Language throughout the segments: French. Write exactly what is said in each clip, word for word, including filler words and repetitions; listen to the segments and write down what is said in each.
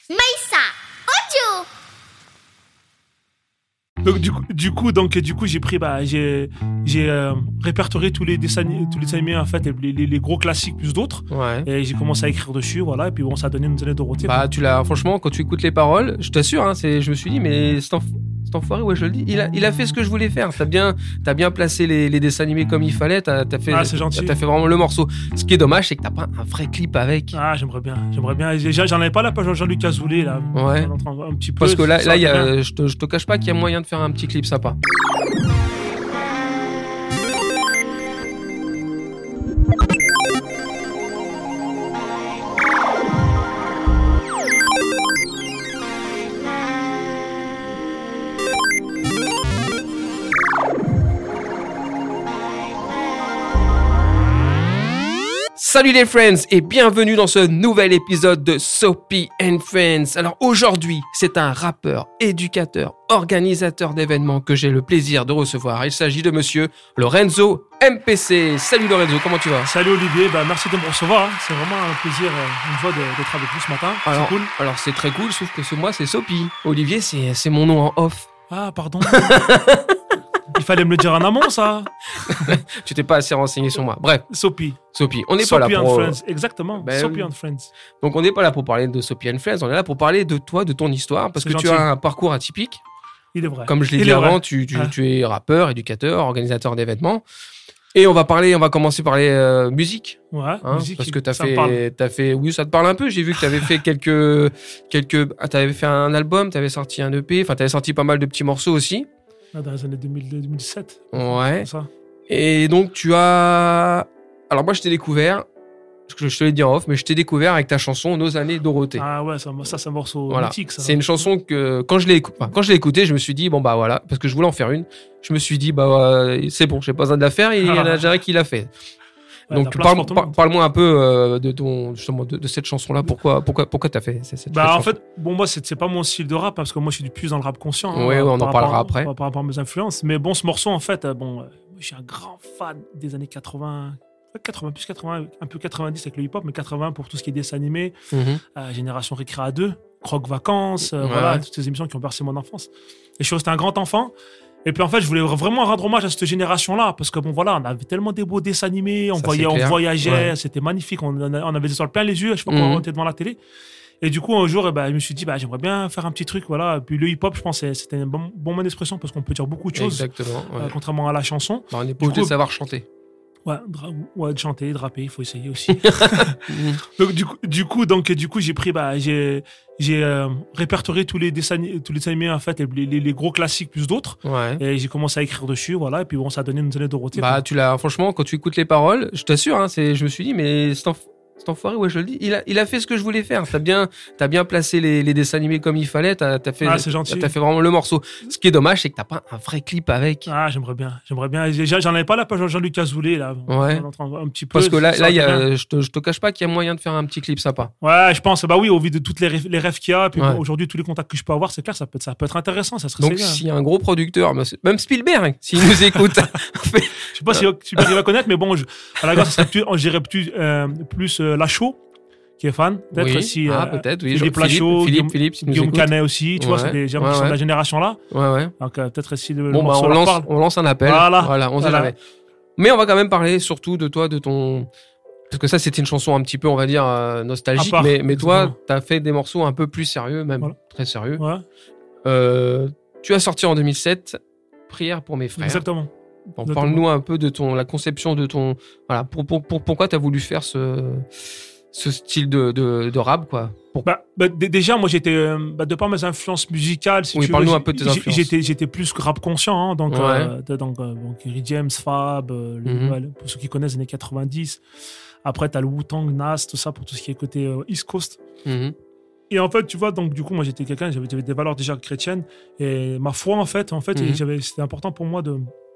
Maïssa Audio. Donc du coup, du coup, donc du coup, j'ai pris, bah, j'ai, j'ai euh, répertorié tous les dessins, tous les dessins animés en fait, les, les, les gros classiques plus d'autres. Ouais. Et j'ai commencé à écrire dessus, voilà. Et puis bon, ça a donné une année Dorothée. Bah, tu l'as, franchement, quand tu écoutes les paroles, je t'assure, hein, c'est, je me suis dit, mais cet, enf- cet enfoiré, ouais, je le dis, il a, il a fait ce que je voulais faire. T'as bien, t'as bien placé les, les dessins animés comme il fallait. T'as, t'as fait, Ah, c'est gentil. t'as fait vraiment le morceau. Ce qui est dommage, c'est que t'as pas un vrai clip avec. Ah, j'aimerais bien, j'aimerais bien. J'ai- J'en avais pas la page Jean-Luc Azoulay là. Ouais. Un, un, un petit peu. Parce que là, ça là, il y aurait été bien. a, je te, je te cache pas qu'il y a moyen de faire un petit clip sympa. Salut les friends et bienvenue dans ce nouvel épisode de Soapy and Friends. Alors aujourd'hui, c'est un rappeur, éducateur, organisateur d'événements que j'ai le plaisir de recevoir. Il s'agit de monsieur Lorenzo M P C. Salut Lorenzo, comment tu vas? Salut Olivier, bah, merci de me recevoir. hein. C'est vraiment un plaisir euh, une fois de- d'être avec vous ce matin. Alors, C'est cool. alors c'est très cool, sauf que ce moi c'est Soapy. Olivier, c'est, c'est mon nom en off. Ah, pardon. Il fallait me le dire en amont, ça. Tu t'es pas assez renseigné sur moi. Bref, Soapy. Soapy, on n'est pas Soapy là and pour... Friends, exactement. Ben Soapy oui. and Friends. Donc on n'est pas là pour parler de Soapy and Friends, on est là pour parler de toi, de ton histoire, parce C'est que tu gentil. as un parcours atypique. Il est vrai. Comme je l'ai Il dit est vrai. avant, tu, tu, Ah. tu es rappeur, éducateur, organisateur d'événements. Et on va parler, on va commencer par les euh, musique, Ouais, hein, musique, parce que t'as ça me parle. fait, t'as fait, oui, ça te parle un peu. J'ai vu que t'avais fait quelques, quelques, ah, t'avais fait un album, t'avais sorti un E P, enfin t'avais sorti pas mal de petits morceaux aussi. Ah, dans les années deux mille deux mille dix-sept. Ouais. C'est ça. Et donc tu as, alors moi je t'ai découvert, parce que je te l'ai dit en off, mais je t'ai découvert avec ta chanson Nos années Dorothée. Ah ouais, ça, ça c'est un morceau Voilà. mythique, ça. C'est une chanson que quand je l'ai écouté, quand je l'ai écouté, je me suis dit bon bah voilà, parce que je voulais en faire une. Je me suis dit bah euh, c'est bon, j'ai pas besoin de la faire. Et il y en a déjà qui l'a fait. Ouais, Donc la place parle, pour tout le par- monde. parle-moi un peu euh, de ton justement de, de cette chanson-là. Pourquoi pourquoi pourquoi t'as fait cette, cette Bah, en chanson fait, bon, moi, c'est c'est pas mon style de rap, hein, parce que moi, je suis plus dans le rap conscient. hein, Ouais, ouais, on en par parlera rapport- après. Par, par rapport à mes influences. Mais bon, ce morceau, en fait, euh, bon, euh, je suis un grand fan des années quatre-vingts. Ouais, quatre-vingts, plus quatre-vingts, un peu quatre-vingt-dix avec le hip-hop, mais quatre-vingts pour tout ce qui est dessin animé, Mhm. euh, Génération Récré à deux, Croque Vacances, euh, Ouais. voilà, toutes ces émissions qui ont bercé mon enfance. Et je suis resté un grand enfant. Et puis en fait, je voulais vraiment rendre hommage à cette génération-là, parce que bon, voilà, on avait tellement des beaux dessins animés, on, Ça, voyait, c'est on clair. voyageait, Ouais. c'était magnifique, on, on avait des étoiles plein les yeux à chaque fois Mhm. qu'on était devant la télé. Et du coup, un jour, eh ben, je me suis dit, bah, j'aimerais bien faire un petit truc, voilà. Puis le hip-hop, je pense, c'est- c'était un bon, bon moyen d'expression, parce qu'on peut dire beaucoup de choses, Exactement. Ouais. euh, contrairement à la chanson. Bah, on n'est pas du obligé de coup- savoir chanter. Ouais, dra- ouais, de chanter, de rapper, il faut essayer aussi. Mhm. Donc du coup, du coup, donc du coup, j'ai pris, bah, j'ai, j'ai euh, répertorié tous les dessins, tous les dessins animés en fait, les, les, les gros classiques plus d'autres, Ouais. et j'ai commencé à écrire dessus, voilà. Et puis bon, ça a donné une année Dorothée. Bah tu l'as. Franchement, quand tu écoutes les paroles, je t'assure, hein, c'est, je me suis dit mais cet, enf- cet enfoiré, ouais, je le dis, il a, il a fait ce que je voulais faire. T'as bien, t'as bien placé les, les dessins animés comme il fallait. T'as, t'as fait, Ah, c'est gentil. t'as fait vraiment le morceau. Ce qui est dommage, c'est que t'as pas un vrai clip avec. Ah, j'aimerais bien, j'aimerais bien. J'ai- J'en avais pas la page Jean-Luc Azoulay là. Ouais. On entend un petit peu. Parce que là, ça là, il y aurait été bien. a, je te, je te cache pas qu'il y a moyen de faire un petit clip sympa. Ouais, je pense. Bah oui, au vu de toutes les rêves, les rêves qu'il y a, puis Ouais. bon, aujourd'hui tous les contacts que je peux avoir, c'est clair, ça peut, être- ça peut être intéressant, ça serait Donc, c'est bien. s'il y a un gros producteur, même Spielberg, s'il nous écoute, fait- Je sais pas si tu vas connaître, mais bon, je, à la gare, ça serait plus, je dirais plus, euh, plus euh, Lachaud, qui est fan. Peut-être oui. si. ah, euh, peut-être, oui. Philippe Genre Philippe, Lachaud, Philippe, Guillaume- Philippe, s'il nous Guillaume écoute. Canet aussi, tu vois, Ouais. c'est des gens Ouais, qui sont ouais. de la génération-là. Ouais, ouais. Donc euh, peut-être si le Bon, bah, morceau on leur lance, parle. on lance un appel. Voilà. Voilà, on sait Voilà. jamais. Mais on va quand même parler surtout de toi, de ton. Parce que ça, c'était une chanson un petit peu, on va dire, euh, nostalgique. À part, mais, mais toi, exactement. t'as fait des morceaux un peu plus sérieux, même Voilà. très sérieux. Ouais, Euh, tu as sorti en deux mille sept Prière pour mes frères. exactement. Bon, exactement. parle-nous un peu de ton, la conception de ton. Voilà, pour, pour, pour- pourquoi tu as voulu faire ce, ce style de, de, de rap, quoi. Pour- Bah, bah, d- déjà, moi, j'étais, euh, bah, de par mes influences musicales, si Oui, tu parle-nous veux, un peu de tes j'ai- influences. J'étais, j'étais plus que rap conscient, hein, donc, Ouais. euh, de- donc, euh, donc, Rick James, Fab, euh, le- Mhm. ouais, le- pour ceux qui connaissent les années quatre-vingt-dix. Après, t'as le Wu-Tang, Nas, tout ça, pour tout ce qui est côté euh, East Coast. Mhm. Et en fait, tu vois, donc, du coup, moi, j'étais quelqu'un, j'avais, j'avais des valeurs déjà chrétiennes, et ma foi, en fait, en fait, Mhm. et j'avais, c'était important pour moi de,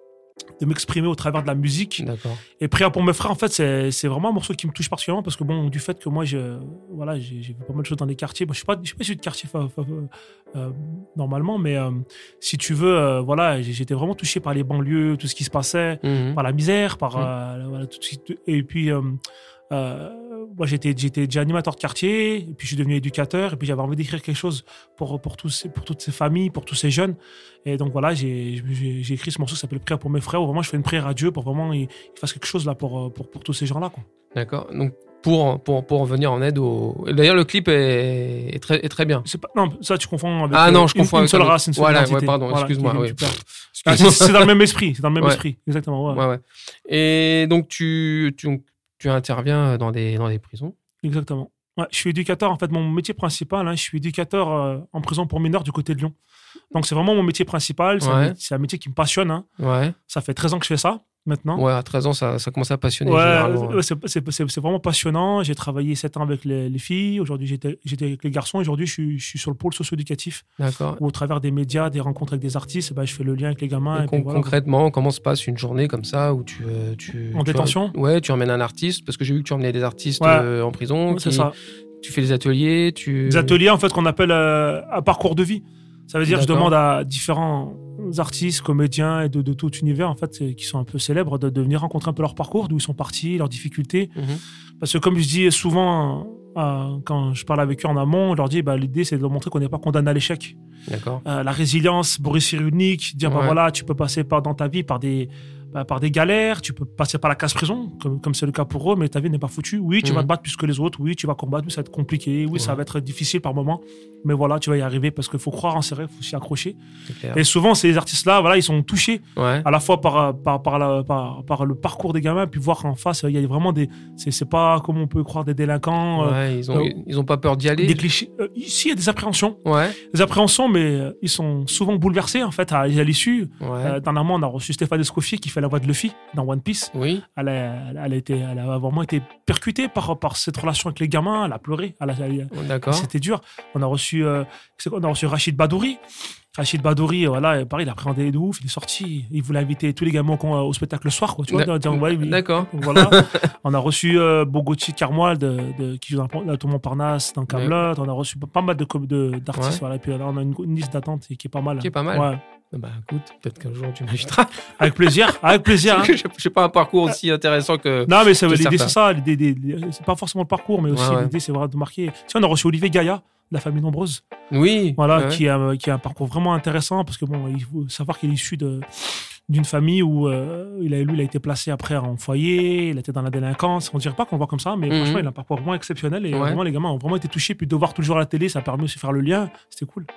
de m'exprimer au travers de la musique. D'accord. Et Prière pour mes frères, en fait, c'est, c'est vraiment un morceau qui me touche particulièrement parce que, bon, du fait que moi, je, voilà, j'ai, j'ai vu pas mal de choses dans les quartiers. Moi, je suis pas, je suis pas issu de quartier fa- fa- euh, normalement, mais euh, si tu veux, euh, voilà, j'ai- j'étais vraiment touché par les banlieues, tout ce qui se passait, Mhm. par la misère, par Mhm. euh, voilà, tout de suite. Et puis, euh, euh, moi, j'étais, j'étais déjà animateur de quartier, et puis je suis devenu éducateur, et puis j'avais envie d'écrire quelque chose pour, pour, tous, ces- pour toutes ces familles, pour tous ces jeunes. Et donc voilà, j'ai, j'ai, j'ai écrit ce morceau qui s'appelle Prière pour mes frères, où vraiment je fais une prière à Dieu pour vraiment qu'il fasse quelque chose là pour, pour, pour tous ces gens-là, quoi. D'accord. Donc, pour, pour, pour venir en aide au. D'ailleurs, le clip est, est, très, est très bien. C'est pas, non, ça, tu confonds avec Ah euh, non, je une, confonds une avec seule un autre. race, une seule Voilà, identité. ouais, pardon, Voilà, excuse-moi, qui- oui. tu perds. Ah, c'est, c'est dans le même esprit, c'est dans le même Ouais. esprit, exactement. Ouais. Ouais, ouais. Et donc, tu, tu, tu interviens dans des, dans des prisons. Exactement. Ouais, je suis éducateur, en fait, mon métier principal, hein, je suis éducateur euh, en prison pour mineurs du côté de Lyon. Donc, c'est vraiment mon métier principal. C'est, Ouais. un, c'est un métier qui me passionne. Hein. Ouais. Ça fait treize ans que je fais ça, maintenant. Ouais, à treize ans, ça, ça commence à passionner Ouais, généralement. ouais, c'est, c'est, c'est, c'est vraiment passionnant. J'ai travaillé sept ans avec les, les filles. Aujourd'hui, j'étais, j'étais avec les garçons. Aujourd'hui, je suis, je suis sur le pôle socio-éducatif. D'accord. Où, au travers des médias, des rencontres avec des artistes, bah, je fais le lien avec les gamins. Et Et con- puis voilà. concrètement, comment se passe une journée comme ça où tu. euh, tu En tu- détention Ouais, tu emmènes un artiste, parce que j'ai vu que tu emmenais des artistes Ouais. euh, en prison. Ouais, c'est qui- ça. Tu fais des ateliers, tu. Des ateliers, en fait, qu'on appelle euh, un parcours de vie. Ça veut dire que je D'accord. demande à différents artistes, comédiens et de, de tout univers, en fait, euh, qui sont un peu célèbres, de, de venir rencontrer un peu leur parcours, d'où ils sont partis, leurs difficultés. Mhm. Parce que comme je dis souvent, euh, quand je parle avec eux en amont, je leur dis, bah, l'idée, c'est de leur montrer qu'on n'est pas condamné à l'échec. D'accord. Euh, la résilience, Boris Cyrulnik, dire, bah, Ouais. voilà, tu peux passer par, dans ta vie par des, bah, par des galères, tu peux passer par la casse-prison, comme, comme c'est le cas pour eux, mais ta vie n'est pas foutue. Oui, tu Mhm. vas te battre plus que les autres, oui, tu vas combattre, mais ça va être compliqué, oui, Ouais. ça va être difficile par moments, mais voilà, tu vas y arriver parce qu'il faut croire en ses rêves, il faut s'y accrocher. C'est clair. Et souvent, ces artistes-là, voilà, ils sont touchés Ouais. à la fois par, par, par, la- par, par le parcours des gamins, puis voir qu'en face, il y a vraiment des. C'est, c'est pas comme on peut croire des délinquants, euh, Ouais, ils ont, euh, ils ont pas peur d'y aller. des clichés. Euh, ici, il y a des appréhensions. Ouais. Des appréhensions, mais euh, ils sont souvent bouleversés, en fait, à, à l'issue. Ouais. Euh, dernièrement, on a reçu Stéphane Escoffier qui fait la voix de Luffy dans One Piece. Oui. Elle a, elle a, été, elle a vraiment été percutée par, par cette relation avec les gamins. Elle a pleuré. Elle a- elle a- D'accord. c'était dur. On a reçu, euh, c'est quoi, on a reçu Rachid Badouri. Rachid Badouri, euh, voilà, pareil, il a appréhendé de ouf. Il est sorti. Il voulait inviter tous les gamins au, au spectacle le soir, quoi. Tu vois, D'a- dire, ouais, il- D'accord. donc voilà. On a reçu euh, Bogoti Carmoil de, de, qui joue dans la Tour Montparnasse, dans Camelot. On a reçu pas mal de, com- de, d'artistes. Ouais. Voilà. Et puis là, on a une, une liste d'attente qui est pas mal. Qui est pas mal. Ouais. Bah écoute, peut-être qu'un jour tu m'inviteras. Avec plaisir. Avec plaisir. hein. Je n'ai pas un parcours aussi intéressant que. Non, mais c'est, que l'idée, certains. c'est ça. L'idée, l'idée- c'est pas forcément le parcours, mais aussi Ouais, ouais. l'idée, c'est vraiment de marquer. Tu sais, on a reçu Olivier Gaïa, de la famille nombreuse. Oui. Voilà, ouais. qui, a, qui a un parcours vraiment intéressant parce que bon, il faut savoir qu'il est issu de, d'une famille où euh, il a, lui, il a été placé après en foyer, il était dans la délinquance. On dirait pas qu'on le voit comme ça, mais Mhm. franchement, il a un parcours vraiment exceptionnel et Ouais. vraiment, les gamins ont vraiment été touchés. Puis de voir toujours à la télé, ça a permis aussi de faire le lien. C'était cool.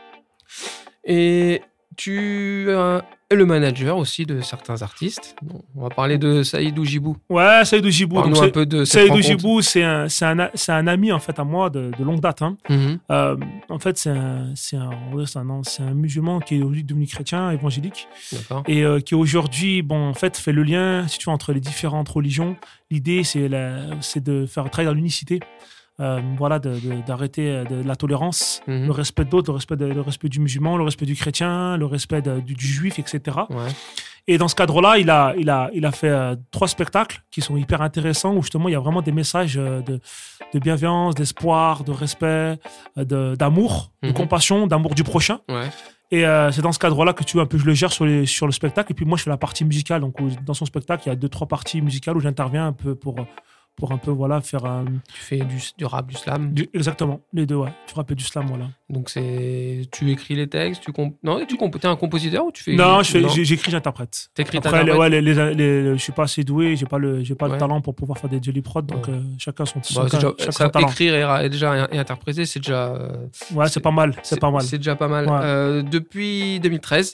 Et tu euh, es le manager aussi de certains artistes. Bon, on va parler de Saïd Oujibou. Ouais, Saïd Oujibou. donc Parle-nous un c'est- peu de cette Saïd rencontre. Oujibou, c'est un, c'est, un, a- c'est un ami en fait à moi de, de longue date. Hein. Mhm. Euh, en fait, c'est un, c'est, un, ouais, c'est, un, c'est un musulman qui est aujourd'hui devenu chrétien, évangélique. D'accord. Et euh, qui aujourd'hui, bon, en fait, fait le lien, si tu veux, entre les différentes religions. L'idée, c'est, la, c'est de faire travailler dans l'unicité, euh, voilà, de, de- d'arrêter euh, de, la tolérance, Mhm. le respect d'autres, le respect, de- le respect du musulman, le respect du chrétien, le respect de- du, du juif, et cetera. Ouais. Et dans ce cadre-là, il a, il a, il a fait euh, trois spectacles qui sont hyper intéressants, où justement, il y a vraiment des messages euh, de, de bienveillance, d'espoir, de respect, euh, de, d'amour, Mhm. de compassion, d'amour du prochain. Ouais. Et euh, c'est dans ce cadre-là que tu vois un peu, je le gère sur, les, sur le spectacle. Et puis moi, je fais la partie musicale. Donc, où- dans son spectacle, il y a deux, trois parties musicales où j'interviens un peu pour, pour un peu, voilà, faire un. Tu fais du, du rap, du slam. du- exactement, les deux, ouais. Tu rappelles du slam, voilà. Donc c'est, tu écris les textes, tu comp... non, tu comp... T'es un compositeur ou tu fais Non, je fais, j'ai- j'écris, j'interprète. T'écris, Après, les, t'interprètes. ouais, les, les, les- je suis pas assez doué, j'ai pas le, j'ai pas Ouais. le talent pour pouvoir faire des jolis prods. Donc, Ouais. euh, chacun son, Bah, chacun, c'est déjà- chacun ça, son talent. écrire et, ra- et déjà et interpréter, c'est déjà. euh, Ouais, c'est, c'est- pas mal, c'est, pas mal. C'est déjà pas mal. Ouais. Euh, depuis deux mille treize,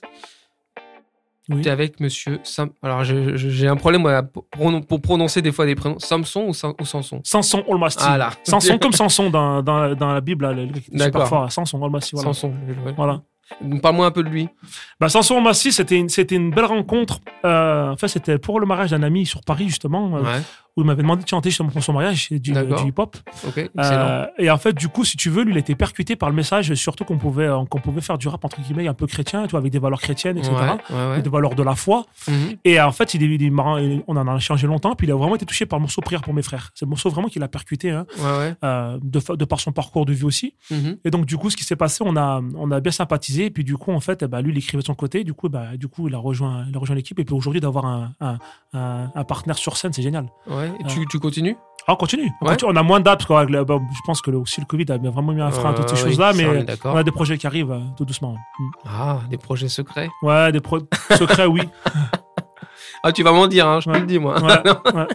Oui. tu es avec monsieur Sam. Alors je- je- j'ai un problème moi, pour, pronon- pour prononcer des fois des prénoms. Samson ou, Sam- ou Samson. Samson Olmasti. Ah là. Samson comme Samson dans, dans, dans la Bible, là, le, le, D'accord. super fort. Samson Olmasti, voilà. Samson. ouais. Voilà. Donc, parle-moi un peu de lui. Bah, Samson Olmasti, c'était une, c'était une belle rencontre. Euh, en fait, c'était pour le mariage d'un ami sur Paris, justement, euh, Ouais. où il m'avait demandé de chanter justement pour son mariage, du, D'accord. du hip-hop. Ok. Excellent. Euh, et en fait, du coup, si tu veux, lui, il a été percuté par le message, surtout qu'on pouvait, euh, qu'on pouvait faire du rap, entre guillemets, un peu chrétien, tu vois, avec des valeurs chrétiennes, et cetera. ouais. Ouais. Ouais. Des valeurs de la foi. Mhm. Et euh, en fait, il est, il est marrant, il- on en a échangé longtemps, puis il a vraiment été touché par le morceau Prière pour mes frères. C'est le morceau vraiment qui l'a percuté, hein, Ouais. Ouais. euh, de, fa- de par son parcours de vie aussi. Mhm. Et donc, du coup, ce qui s'est passé, on a, on a bien sympathisé. Et puis, du coup, en fait, eh ben, lui, il écrivait de son côté. Du coup, bah, du coup il, a rejoint, il a rejoint l'équipe. Et puis, aujourd'hui, d'avoir un, un, un, un partenaire sur scène, c'est génial. Ouais. Ouais. Et tu, tu continues? Ah, on continue. On, Ouais. continue. On a moins de dates, parce que euh, bah, je pense que le, aussi le Covid a vraiment mis un frein à toutes ces Euh, choses-là, oui, ça, on est mais d'accord. on a des projets qui arrivent euh, tout doucement. Mm. Ah, des projets secrets. Ouais, des projets secrets, oui. Ah, tu vas m'en dire, hein, je Ouais. te le dis, moi. Ouais, ouais.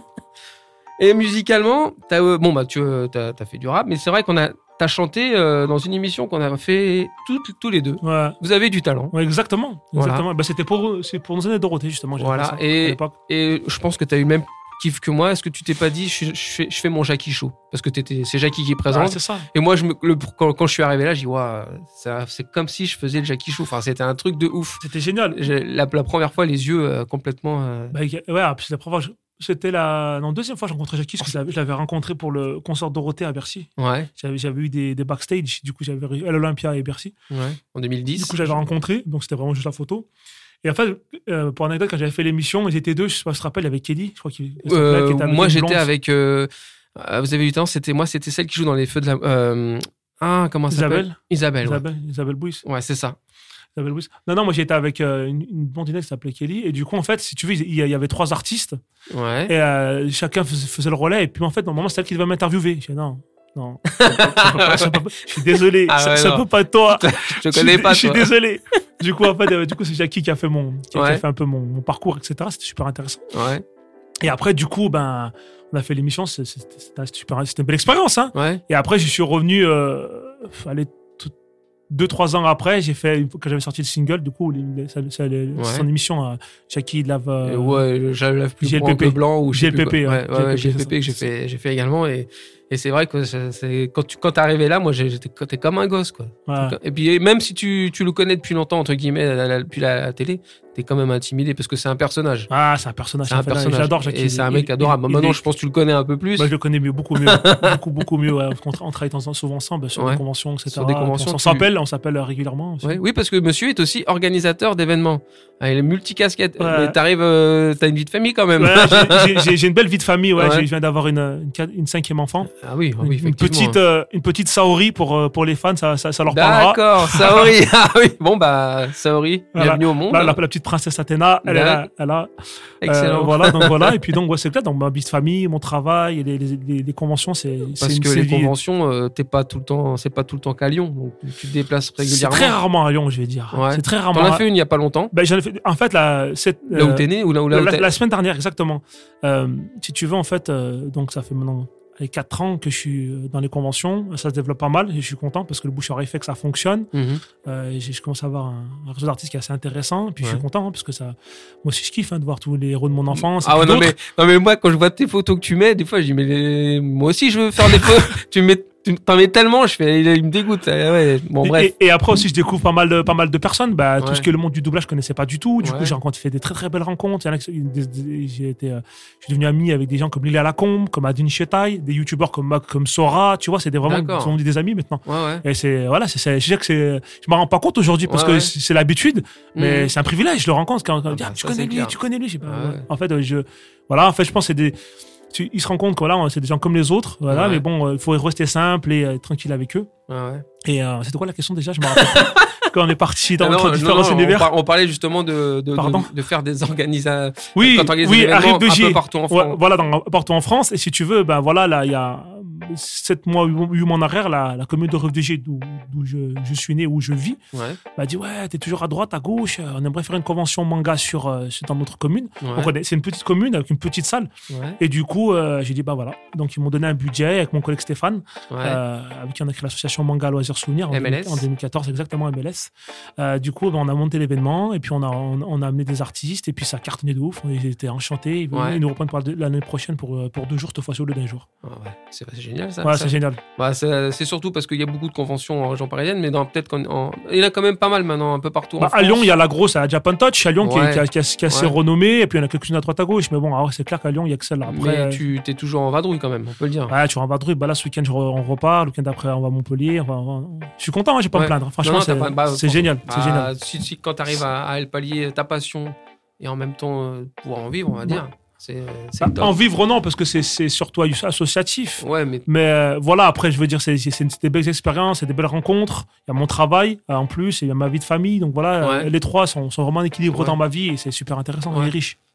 Et musicalement, t'as, euh, bon, bah, tu euh, t'as, t'as fait du rap, mais c'est vrai qu'on a, t'as chanté euh, dans une émission qu'on a fait toutes, tous les deux. Ouais. Vous avez du talent. Ouais, exactement. Voilà. exactement. Bah, c'était pour, c'est pour nos années Dorothée, justement. j'ai Voilà. fait ça, à Et, l'époque. et je pense que t'as eu le même kiff que moi. Est-ce que tu t'es pas dit, je, je fais, je fais mon Jackie Show? Parce que t'étais, c'est Jackie qui Ouais, présente. c'est ça. Et moi, je me, le, quand, quand je suis arrivé là, j'ai dit, waouh, ça, c'est comme si je faisais le Jackie Show. Enfin, c'était un truc de ouf. C'était génial. J'ai- La, la première fois, les yeux euh, complètement. euh, Bah, y a- ouais, puis la première fois, je- c'était la non, deuxième fois que j'ai rencontré Jackie, parce que je l'avais- je l'avais rencontré pour le concert Dorothée à Bercy. Ouais, J'avais, j'avais eu des, des backstage, du coup, j'avais eu à l'Olympia et Bercy. ouais. En deux mille dix. Du coup, j'avais rencontré, donc c'était vraiment juste la photo. Et en fait, euh, pour anecdote, quand j'avais fait l'émission, ils étaient deux, je sais pas si tu te rappelles, avec Kelly, je crois qu'il il s'appelait, Euh, qui était avec moi, une j'étais blonde. avec. euh, euh, vous avez eu le temps, c'était moi, c'était celle qui joue dans les feux de la. euh, ah, comment ça s'appelle? Isabelle. Isabelle. ouais. Isabelle, Isabelle Bouis. Ouais, c'est ça. Isabelle Bouis. Non, non, moi j'étais avec euh, une, une blondinette qui s'appelait Kelly. Et du coup, en fait, si tu veux, il y, il y avait trois artistes. Ouais. Et euh, chacun faisait, faisait le relais. Et puis, en fait, normalement, c'est elle qui devait m'interviewer. Je dis non, non. Ça peut pas- ça peut pas- je suis désolé. Ah ça ouais, ça non. peut pas être toi. Je te connais suis- pas, Je suis toi. désolé. Du coup, en fait, euh, du coup, c'est Jackie qui a fait mon, qui a, qui a Ouais. fait un peu mon, mon parcours, et cetera. C'était super intéressant. Ouais. Et après, du coup, ben, on a fait l'émission. c'est- C'était c'était super, c'était une belle expérience, hein. Ouais. Et après, je suis revenu, euh, allez, tout- deux, trois ans après, j'ai fait, quand j'avais sorti le single, du coup, les- les- ça- ça- les- Ouais. son émission, euh, Jackie Lave. Et Euh, ouais, je lève plus G L P P. grand que blanc ou je sais plus G L P P, quoi. ouais. Ouais, ouais, ouais, G L P P, G L P P que j'ai c'est ça. fait, j'ai fait également. Et, et c'est vrai que c'est, c'est- quand tu quand t'es arrivé là, moi, j'ai- j'étais t'es comme un gosse, quoi. ouais. Et puis, même si tu, tu le connais depuis longtemps, entre guillemets, la- la- depuis la, la télé, t'es quand même intimidé parce que c'est un personnage. Ah, c'est un personnage. C'est un en fait, personnage. J'adore Jackie. Et c'est un Il- mec il- adorable. il- Maintenant, il- je pense que tu le connais un peu plus. Moi, je le connais mieux, beaucoup mieux. beaucoup, beaucoup mieux. Ouais. On, tra- on travaille dans- souvent ensemble sur Ouais. des conventions, et cetera. Sur des conventions, On tu- s'appelle, on s'appelle régulièrement. aussi. Ouais, oui, parce que monsieur est aussi organisateur d'événements. Ah, il est multicasquette. Ouais. Mais t'arrives, euh, t'as une vie de famille quand même. Ouais, j'ai- j'ai- j'ai j'ai une belle vie de famille. Ouais. Ouais. J'ai- Je viens d'avoir une, une, quat- une cinquième enfant. Ah oui, ah oui, une, une effectivement. petite, euh, une petite Saori pour, euh, pour les fans, ça, ça, ça leur parlera. D'accord, Saori. Ah oui, bon bah, Saori, Voilà. bienvenue au monde. La, la- la petite princesse Athéna, elle est là. D'accord. Elle a, Excellent. Euh, voilà, donc voilà. Et puis donc, ouais, c'est clair. Donc, ma vie de famille, mon travail, et les, les, les, les conventions, c'est c'est Parce une que c'est les vie- conventions, euh, t'es pas tout le temps, c'est pas tout le temps qu'à Lyon, donc tu te déplaces C'est régulièrement. très rarement à Lyon, je vais dire. Ouais. C'est très T'en rarement. as fait une il y a pas longtemps. Ben, j'en ai fait. En fait, la, cette, Là où euh, t'es né ou là où là où la, t'es- la semaine dernière, exactement. Euh, si tu veux, en fait, euh, donc ça fait maintenant les quatre ans que je suis euh, dans les conventions. Ça se développe pas mal et je suis content parce que le bouche-oreille fait que ça fonctionne. Mhm. Euh, et j'ai- je commence à avoir un, un réseau d'artistes qui est assez intéressant. Et puis je Ouais. suis content hein, parce que ça, moi aussi, je kiffe hein, de voir tous les héros de mon enfance. et Ah ouais, puis non d'autres. mais, non mais moi quand je vois tes photos que tu mets, des fois je dis mais les- moi aussi je veux faire des photos. tu mets, tu t'en mets tellement, je fais, il, il me dégoûte. Ah ouais, bon Et- bref. Et, et après aussi, je découvre pas mal de, pas mal de personnes. Bah, Ouais. Tout ce que le monde du doublage, je connaissais pas du tout. Du Ouais. coup, j'ai rencontré fait des très très belles rencontres. Il y en a qui- des- des- j'ai été, euh, je suis devenu ami avec des gens comme Lilia Lacombe, comme Adine Chetaille, des youtubeurs comme comme Sora. Tu vois, c'est des vraiment D'accord. sont des amis maintenant. Ouais ouais. Et c'est voilà, c'est, c'est- je sais que c'est, je m'en rends pas compte aujourd'hui parce Ouais, que ouais. c'est c'est l'habitude, mais Mhm. c'est un privilège. Je le rencontre quand, quand Ah on dit, bah, ah, tu ça, connais c'est lui, clair. tu connais lui. Je sais pas, Ah ouais. ouais. En fait, euh, je voilà, en fait, je pense que c'est des tu- ils se rendent compte que voilà, c'est des gens comme les autres, voilà, Ouais. mais bon, euh, il faut rester simple et euh, tranquille avec eux. Ouais, ouais. Et euh, c'était quoi la question déjà? Je me rappelle pas. Quand on est parti dans Ah non, entre non, différents non, on, univers. par- on parlait justement de, de, Pardon de, de faire des organisations. Oui, quand on organise oui, des événements arrive de un G. peu partout en Ouais, France. voilà, dans, partout en France. Et si tu veux, ben voilà, là, il y a sept mois, huit mois en arrière, la, la commune de Rive de G, d'où d'où je, je suis né, où je vis, Ouais. m'a dit ouais, t'es toujours à droite, à gauche. euh, On aimerait faire une convention manga sur, euh, sur- dans notre commune. Ouais. Donc, on est- c'est une petite commune avec une petite salle. Ouais. Et du coup, euh, j'ai dit bah voilà. Donc ils m'ont donné un budget avec mon collègue Stéphane, Ouais. euh, avec qui on a créé l'association Manga Loisirs Souvenirs en, M L S. deux mille en deux mille quatorze, exactement M L S. Euh, du coup, ben, on a monté l'événement et puis on a, on, on a amené des artistes et puis ça a cartonné de ouf. Ils étaient enchantés. Ils, Ouais. ils nous reprennent pour l'année prochaine pour, euh, pour deux jours, cette fois-ci au lieu d'un jour. Ah ouais. C'est c'est génial ça. Ouais, ça. c'est génial. Bah, c'est c'est surtout parce qu'il y a beaucoup de conventions en région parisienne, mais dans peut-être qu'en en- il y en a quand même pas mal maintenant, un peu partout en Bah, à France. Lyon, il y a la grosse, à Japan Touch, à Lyon, qui, est, Ouais. qui, a- qui a- qui est assez Ouais. renommée. Et puis il y en a quelques-unes à droite à gauche. Mais bon, alors, c'est clair qu'à Lyon, il y a que celle-là. Après, mais euh, tu t'es toujours en vadrouille quand même, on peut le dire. ouais, tu vas en vadrouille. Bah là, ce week-end, je re- on repart. Le week-end d'après, on va à Montpellier. On va- on va- Je suis content, hein, je vais pas Ouais. me plaindre. Franchement, Non, non, c'est t'as pas- bah, c'est pour- génial. C'est Bah, génial. Si, si- quand tu arrives à, à pallier ta passion et en même temps euh, pouvoir en vivre, on va dire, c'est c'est Bah, top. en vivre, non, parce que c'est c'est surtout associatif. Ouais, mais Mais euh, voilà, après, je veux dire, c'est c'est- c'est des belles expériences, c'est des belles rencontres. Il y a mon travail euh, en plus, et il y a ma vie de famille. Donc voilà, Ouais. euh, les trois sont, sont vraiment équilibrés Ouais. dans ma vie et c'est super intéressant, on Ouais. est riche.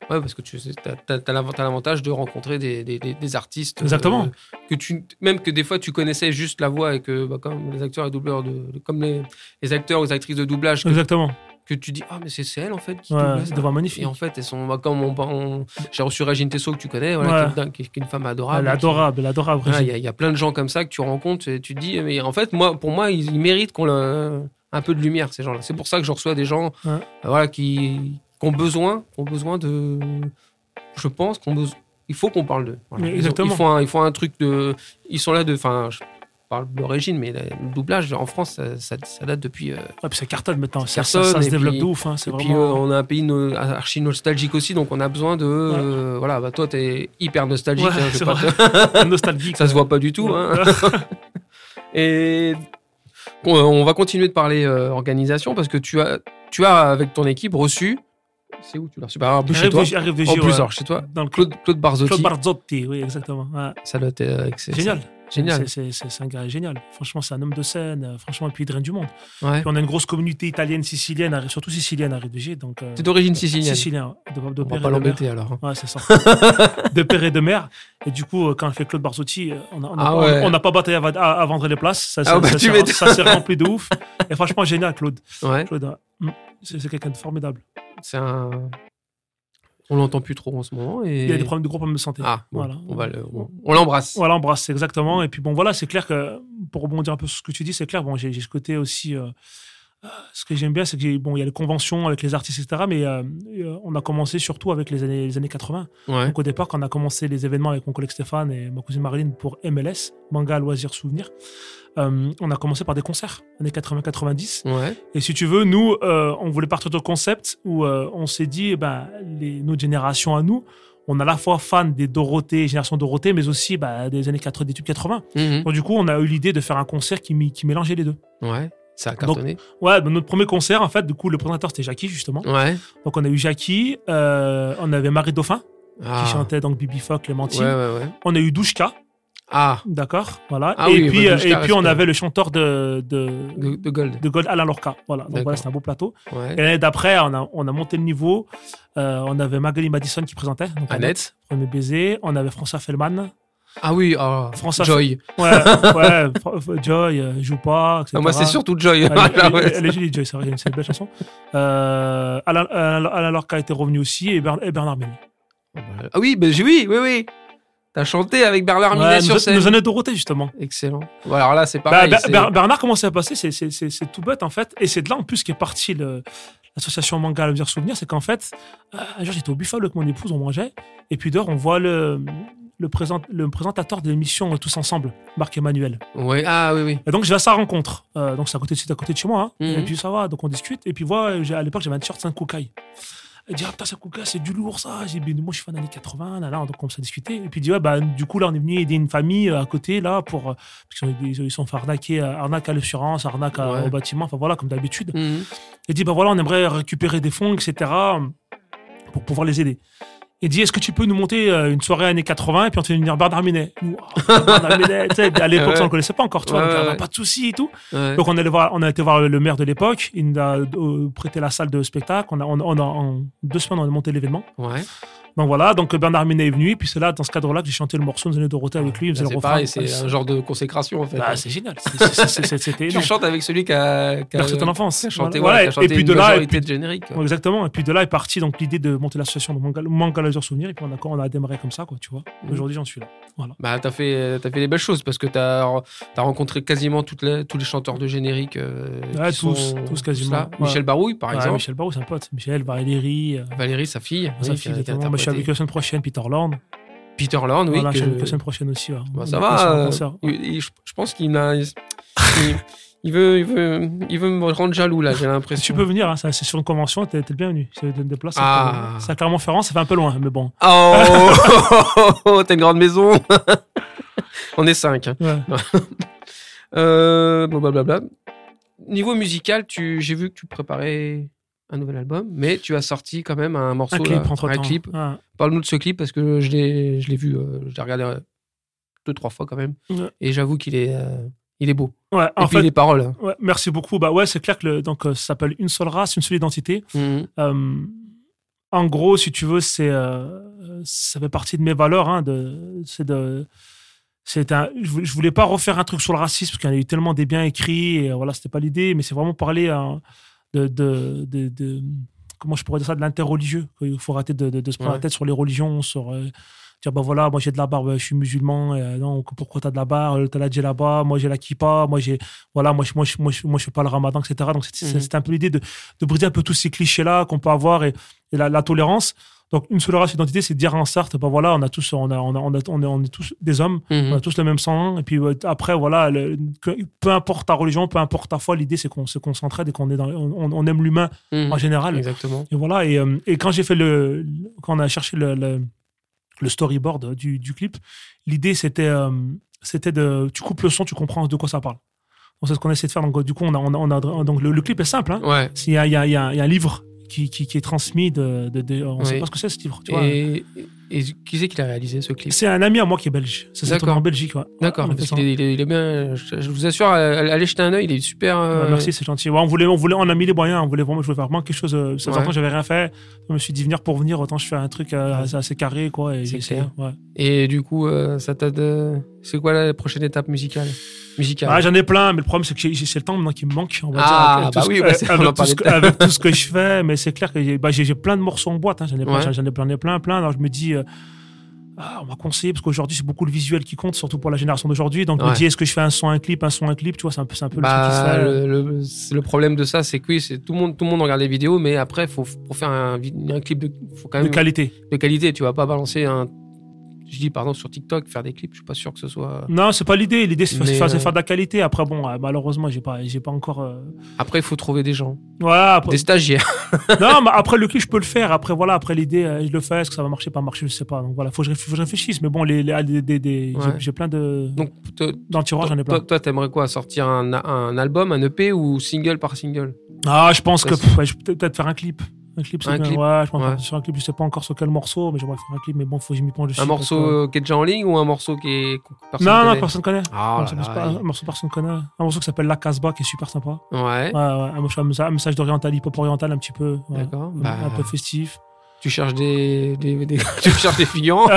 Ouais, parce que tu as, l'avantage de rencontrer des, des, des artistes. Exactement. Euh, que tu, même que des fois, tu connaissais juste la voix et que, bah, comme les acteurs et doubleurs, de, de, comme les, les acteurs ou les actrices de doublage. Que, Exactement. Que tu dis, ah, mais c'est, c'est elle, en fait. Qui ouais, double, c'est des voix magnifiques. Et en fait, elles sont, bah, comme on, on, j'ai reçu Régine Tessot, que tu connais, voilà, ouais. qui, est, qui est une femme adorable. Elle est adorable, elle est adorable. Il voilà, y, y a plein de gens comme ça que tu rencontres et tu te dis, mais en fait, moi, pour moi, ils, ils méritent qu'on le, un peu de lumière, ces gens-là. C'est pour ça que je reçois des gens ouais. euh, voilà, qui, qui ont besoin, qui ont besoin de. Je pense qu'on besoin, il faut qu'on parle d'eux. Voilà. Exactement. Ils, ils, font un, ils font un truc de. Ils sont là de. Enfin, je parle d'origine, mais le doublage en France, ça, ça, ça date depuis. Euh, ouais, puis ça cartonne maintenant. Ça, cartonne, ça, ça se développe puis, de ouf. Hein, c'est et vraiment... puis, euh, on a un pays no, archi nostalgique aussi, donc on a besoin de. Ouais. Euh, voilà, bah, toi, t'es hyper nostalgique. Ouais, hein, c'est pas vrai. Te... nostalgique. Ça se voit pas du tout. Ouais. Hein. Et. On va continuer de parler euh, organisation parce que tu as, tu as, avec ton équipe, reçu. C'est où tu l'as reçu bah, en chez toi. Arrive de en plus, ouais. alors, chez toi. Dans le Claude, Claude Barzotti. Claude Barzotti, oui, exactement. Ouais. Ça doit être euh, c'est, génial. C'est, génial. C'est, c'est, c'est, c'est un gars génial. Franchement, c'est un homme de scène. Franchement, et puis il draine du monde. Ouais. Puis on a une grosse communauté italienne, sicilienne, surtout sicilienne à Rive-de-Gier. Donc, euh, t'es d'origine sicilienne. Sicilien. De, de on va pas l'embêter alors. Ouais, c'est ça. De père et de mère. Et du coup, quand on fait Claude Barzotti, on n'a ah ouais. on, on pas bataillé à, à, à vendre les places. Ça, ah ça, bah ça, tu ça, ça s'est rempli de ouf. Et franchement, génial, Claude. Ouais. Claude, c'est, c'est quelqu'un de formidable. C'est un. On l'entend plus trop en ce moment. Et... Il y a des problèmes de gros problèmes de santé. Ah, bon, voilà. on, va le, on, on l'embrasse. On l'embrasse, exactement. Et puis bon, voilà, c'est clair que, pour rebondir un peu sur ce que tu dis, c'est clair, bon, j'ai, j'ai ce côté aussi... Euh, ce que j'aime bien, c'est qu'il bon, y a les conventions avec les artistes, et cetera. Mais euh, on a commencé surtout avec les années, les années quatre-vingts. Ouais. Donc au départ, quand on a commencé les événements avec mon collègue Stéphane et ma cousine Marilyn pour M L S, Manga Loisirs Souvenirs, euh, on a commencé par des concerts, années quatre-vingts quatre-vingt-dix. Ouais. Et si tu veux, nous, euh, on voulait partir de concept où euh, on s'est dit, eh ben, les, notre génération à nous, on est à la fois fan des Dorothée, génération Dorothée, mais aussi bah, des années quatre-vingts, des tubes quatre-vingts. Mm-hmm. Donc du coup, on a eu l'idée de faire un concert qui, qui mélangeait les deux. Ouais. Ça a cartonné. Donc, ouais, donc notre premier concert, en fait, du coup, le présentateur, c'était Jackie, justement. Ouais. Donc, on a eu Jackie, euh, on avait Marie Dauphin, ah. qui chantait donc Bibi Fock, Clémentine. Ouais, ouais, ouais. On a eu Douchka. Ah. D'accord, voilà. Ah, et oui, puis, bah, et puis on avait le chanteur de, de, de, de Gold. De Gold, Alain Lorca. Voilà, donc D'accord. Voilà, c'était un beau plateau. Ouais. Et l'année d'après, on a, on a monté le niveau. Euh, on avait Magali Madison qui présentait. Donc Annette. Annette, premier baiser. On avait François Fellman. Ah oui, oh, François Joy. F... Ouais, ouais, Joy, euh, joue pas, et cetera. Ah, moi, c'est surtout Joy. Elle, elle, elle, elle est jolie, Joy, c'est, c'est une belle chanson. Euh, Alain, Alain Lorca était revenu aussi et, Bern, et Bernard Minet. Ah oui, ben, oui, oui, oui. T'as chanté avec Bernard Minet ouais, sur nous, scène. Nos années Dorothée, justement. Excellent. Bon, alors là, c'est pareil. Bah, c'est... Bernard, comment ça s'est passé, c'est, c'est, c'est, c'est tout bête, en fait. Et c'est de là, en plus, qu'est parti le, l'association Manga Loisirs Souvenirs. C'est qu'en fait, un jour, j'étais au Buffalo avec mon épouse, on mangeait. Et puis dehors, on voit le... Le, présent, le présentateur de l'émission Tous Ensemble, Marc Emmanuel. Oui, ah oui, oui. Et donc, je vais à sa rencontre. Euh, donc, c'est à côté, c'est à côté de chez moi. Hein. Mm-hmm. Et puis, ça va. Donc, on discute. Et puis, voilà, à l'époque, j'avais un t-shirt Saint-Koukaï. Il dit, ah putain, Saint-Koukaï, c'est du lourd, ça. J'ai dit, moi, je suis fan des années quatre-vingts. Là, là, donc, on commence à discuter. Et puis, il dit, ouais, bah, du coup, là, on est venu aider une famille à côté, là, pour. Parce qu'ils sont fait arnaquer, arnaque à l'assurance, arnaque à, ouais. au bâtiment. Enfin, voilà, comme d'habitude. Mm-hmm. Il dit, bah, voilà, on aimerait récupérer des fonds, et cetera, pour pouvoir les aider. Il dit, est-ce que tu peux nous monter une soirée années quatre-vingts et puis on te fait venir Bernard Minet. Nous, oh, Bernard Minet, tu sais, à l'époque, ouais. ça, on ne connaissait pas encore, tu vois, ouais, donc, ouais. pas de soucis et tout. Ouais. Donc, on, allait voir, on a été voir le maire de l'époque, il nous a euh, prêté la salle de spectacle. On a, on, on a, en deux semaines, on a monté l'événement. Ouais. Donc voilà, donc Bernard Minet est venu, et puis c'est là, dans ce cadre-là, que j'ai chanté le morceau de années Dorothée avec lui. Il bah, faisait c'est le refrain. pareil, c'est un genre de consécration en fait. Bah, c'est génial, c'est, c'est, c'est, c'est, c'était énorme. Tu chantes avec celui qui a, qui a bercé ton enfance. Qui a chanté, voilà. Ouais, qui a chanté et puis une de là, majorité et puis, de générique. Ouais, exactement, et puis de là est partie donc l'idée de monter l'association de Manga, Manga Loisirs Souvenirs, et puis on a, on a démarré comme ça, quoi, tu vois. Mmh. Aujourd'hui, j'en suis là. Voilà. Bah, t'as fait, t'as fait des belles choses parce que t'as, t'as rencontré quasiment toutes les, tous les chanteurs de générique. Euh, ouais, qui tous, sont, tous quasiment. Là. Ouais. Michel Barouille, par ouais, exemple. Michel Barouille, c'est un pote. Michel, Valérie. Euh... Valérie, sa fille. Sa oui, fille, exactement. Moi, je suis avec la semaine prochaine, Peter Lorne. Peter Lorne, oui. Voilà, que... la semaine prochaine aussi. Ouais. Bah, ça va. Euh, il, je, je pense qu'il a. Il, il, veut, il, veut, il veut me rendre jaloux, là, j'ai l'impression. Tu peux venir, hein, c'est sur une convention, t'es, t'es le bienvenu. C'est de déplacer. Ah. C'est à Clermont-Ferrand, ça fait un peu loin, mais bon. Oh, t'as une grande maison. On est cinq. Hein. Ouais. euh, bon, blablabla. Niveau musical, tu, j'ai vu que tu préparais un nouvel album, mais tu as sorti quand même un morceau, un clip, là, entre un temps. clip. Ah. Parle-nous de ce clip parce que je l'ai, je l'ai vu, euh, je l'ai regardé euh, deux, trois fois quand même, ouais. Et j'avoue qu'il est, euh, il est beau. Ouais, et en puis fait, les paroles. Ouais, merci beaucoup. Bah ouais, c'est clair que le, donc euh, ça s'appelle Une seule race, une seule identité. Mm-hmm. Euh, En gros, si tu veux, c'est, euh, ça fait partie de mes valeurs. Hein, de, c'est de, c'est un, je voulais pas refaire un truc sur le racisme parce qu'il y en a eu tellement des biens écrits et voilà, c'était pas l'idée. Mais c'est vraiment parler hein, de, de, de, de, comment je pourrais dire ça, de l'interreligieux. Il faut arrêter de, de, de se prendre ouais. la tête sur les religions, sur euh, dire bah voilà, moi j'ai de la barbe, je suis musulman. Et, non, pourquoi t'as de la barbe? T'as la djellaba, moi j'ai la kippa, moi j'ai voilà, moi je moi je moi je, moi, je fais pas le ramadan, et cetera. Donc c'est, mm-hmm. c'est un peu l'idée de, de briser un peu tous ces clichés là qu'on peut avoir et, et la, la tolérance. Donc, une seule race d'identité, c'est de dire en Sarthe, ben voilà, on a tous, on a, on a, on a, on est, on est tous des hommes, mm-hmm. on a tous le même sang. Et puis après, voilà, le, que, peu importe ta religion, peu importe ta foi, l'idée c'est qu'on, c'est qu'on s'entraide et qu'on est dans, on, on aime l'humain mm-hmm. en général. Exactement. Et voilà. Et, et quand j'ai fait le, quand on a cherché le, le, le storyboard du, du clip, l'idée c'était, euh, c'était de, tu coupes le son, tu comprends de quoi ça parle. Donc c'est ce qu'on essaie de faire. Donc du coup, on a, on a, on a donc le, le clip est simple. Hein. Ouais. Il y a, il y a, il y a, il y a un livre. Qui, qui, qui est transmis de, de, de on ne oui. sait pas ce que c'est ce livre tu vois. Et, et qui c'est qui l'a réalisé ce clip? C'est un ami à moi qui est belge, ça s'est tourné en Belgique ouais. D'accord, parce qu'il est, il est, il est bien, je, je vous assure, allez jeter un œil, il est super euh... ouais, merci, c'est gentil ouais, on, voulait, on, voulait, on a mis les moyens, on voulait vraiment, je voulais faire vraiment quelque chose euh, ça fait longtemps que j'avais rien fait, je me suis dit venir pour venir, autant je fais un truc euh, assez, assez carré quoi, et c'est j'ai clair. Ouais. Et du coup euh, ça t'a de... c'est quoi la prochaine étape musicale? Musicale. Ah, j'en ai plein, mais le problème c'est que j'ai, c'est le temps maintenant qui me manque, on va ah, dire, avec, bah tout, oui, ce, bah c'est, avec, tout ce, que, avec tout ce que je fais, mais c'est clair que j'ai, bah, j'ai, j'ai plein de morceaux en boîte, hein, j'en ai plein, ouais. j'en ai plein, j'en ai plein, plein, alors je me dis euh, ah, on m'a conseillé parce qu'aujourd'hui c'est beaucoup le visuel qui compte, surtout pour la génération d'aujourd'hui. Donc ouais. je me dis est-ce que je fais un son, un clip, un son, un clip, tu vois, c'est un peu, c'est un peu bah, le truc qui se fait. Le, le, le problème de ça, c'est que oui, c'est tout le monde, tout le monde regarde les vidéos, mais après, faut pour faire un, un clip de, faut quand même de qualité. De qualité, tu vas pas balancer un. Je dis pardon sur TikTok faire des clips, je suis pas sûr que ce soit. Non, c'est pas l'idée. L'idée c'est, faire, euh... c'est faire de la qualité. Après bon, malheureusement j'ai pas, j'ai pas encore. Euh... Après il faut trouver des gens. Voilà. Après... Des stagiaires. Non, mais après le clip je peux le faire. Après voilà, après l'idée je le fais. Est-ce que ça va marcher, pas marcher, je sais pas. Donc voilà, faut que je, faut que je réfléchisse. Mais bon, les, les, les, les, les ouais. j'ai, j'ai plein de. Donc te, dans le tiroir j'en ai plein. Toi, toi t'aimerais quoi, sortir un, un album, un E P ou single par single? Ah, je pense ça, que pff, ouais, je peux peut-être faire un clip. Un clip, c'est un bien. Clip. Ouais, je pense ouais. sur un clip, je sais pas encore sur quel morceau, mais j'aimerais faire un clip, mais bon, faut que je m'y penche dessus. Un morceau que... qui est déjà en ligne ou un morceau qui est. Personne non, connaît. non, personne connaît. Ah, un, morceau, là, pas, un morceau que personne connaît. Un morceau qui s'appelle La Casbah, qui est super sympa. Ouais. Ouais, ouais. Un message d'oriental, hip-hop oriental, un petit peu. Ouais. D'accord. Un, bah... un peu festif. Tu cherches des, des, des... tu cherches des figurants.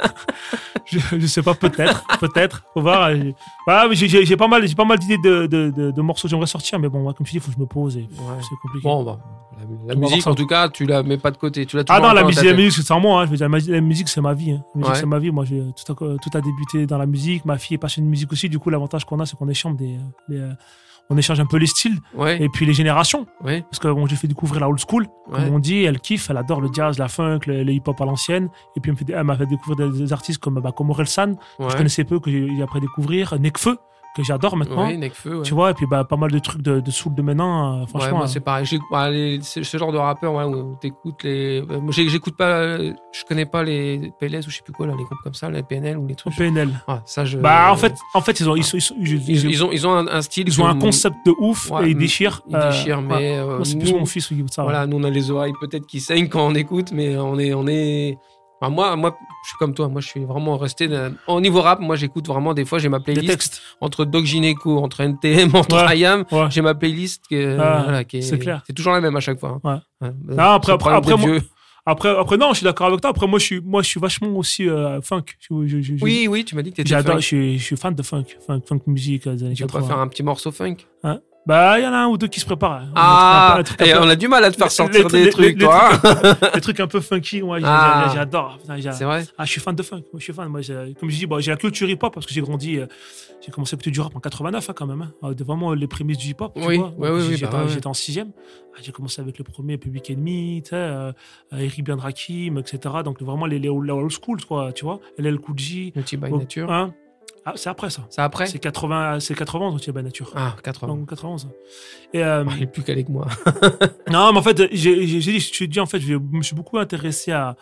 je, je sais pas, peut-être, peut-être. Faut voir. Ouais, mais j'ai, j'ai, j'ai pas mal, j'ai pas mal d'idées de, de, de, de morceaux que j'aimerais sortir, mais bon, ouais, comme tu dis, il faut que je me pose et ouais. c'est compliqué. Bon, bah, la, la musique, en tout cas, tu la mets pas de côté. Tu l'as ah non, la musique, la musique, c'est en moi. Hein. Je veux dire, la musique, c'est ma vie. Hein. La musique, ouais. c'est ma vie. Moi, j'ai, tout, a, tout a débuté dans la musique. Ma fille est passionnée de musique aussi. Du coup, l'avantage qu'on a, c'est qu'on échange des, des on échange un peu les styles ouais. et puis les générations. Ouais. Parce que bon, j'ai fait découvrir la old school, ouais. comme on dit. Elle kiffe, elle adore le jazz, la funk, le, le hip-hop à l'ancienne. Et puis elle, me fait, elle m'a fait découvrir des, des artistes comme, bah, comme Orelsan, ouais. que je connaissais peu, que j'ai, j'ai appris à découvrir. Nekfeu, que j'adore maintenant. Oui, Nekfeu, ouais. Tu vois, et puis bah, pas mal de trucs de, de soul de maintenant. Euh, franchement. Ouais, moi, c'est pareil. J'ai, bah, les, c'est ce genre de rappeur ouais, où t'écoutes les. J'ai, j'écoute pas. Je connais pas les P L S ou je sais plus quoi, là, les groupes comme ça, les P N L ou les trucs. P N L. Ouais, ça, je. Bah, en fait, en fait ils, ont, ils, sont, ils, sont, ils, ils, ils ont, ils ont un, un style. Ils ont un concept de ouf ouais, et ils déchirent. Ils déchirent, euh, mais. Ouais. Euh, moi, c'est plus nous, mon fils qui écoute ça. Voilà, ouais. nous, on a les oreilles peut-être qui saignent quand on écoute, mais on est. On est... Enfin, moi, moi, je suis comme toi. Moi, je suis vraiment resté. Au niveau rap, moi, j'écoute vraiment. Des fois, j'ai ma playlist entre Doc Gynéco, entre N T M, entre ouais, I A M. Ouais. J'ai ma playlist qui est, ah, voilà, qui est. C'est clair. C'est toujours la même à chaque fois. Ouais. Ouais. Non, après, après, après, moi, après, après, non, je suis d'accord avec toi. Après, moi, je suis, moi, je suis vachement aussi euh, funk. Je, je, je, oui, oui, tu m'as dit que t'étais J'adore. Funk. Je suis, je suis fan de funk, funk, funk musique des années tu quatre-vingts. Tu vas pas faire un petit morceau funk? Hein? Bah, il y en a un ou deux qui se préparent. Ah, et on a du mal à te faire sortir les, des les, trucs, les, toi. Les trucs, les trucs un peu funky, moi, ah. j'adore. C'est vrai? Ah, je suis fan de funk. Moi, je suis fan. Moi, comme je dis, bon, j'ai la culture hip-hop parce que j'ai grandi, euh, j'ai commencé à écouter du rap en quatre-vingt-neuf, hein, quand même. Hein, vraiment les prémices du hip-hop. Oui, vois. oui, oui. J'étais, bah, j'étais en sixième. J'ai commencé avec le premier Public Enemy, tu sais, euh, Eric Ben Rakim, et cetera. Donc, vraiment, les, les old school, quoi, tu vois. L L Cool J. Multi by Nature. Hein. Ah, c'est après ça. C'est après C'est quatre-vingts, c'est quatre-vingts, Multi by Nature. Ah, quatre-vingts. Donc, quatre-vingts. Et, euh, oh, il est plus calé que moi. Non, mais en fait, j'ai, j'ai, j'ai dit, je te dis, en fait, je me suis beaucoup intéressé à,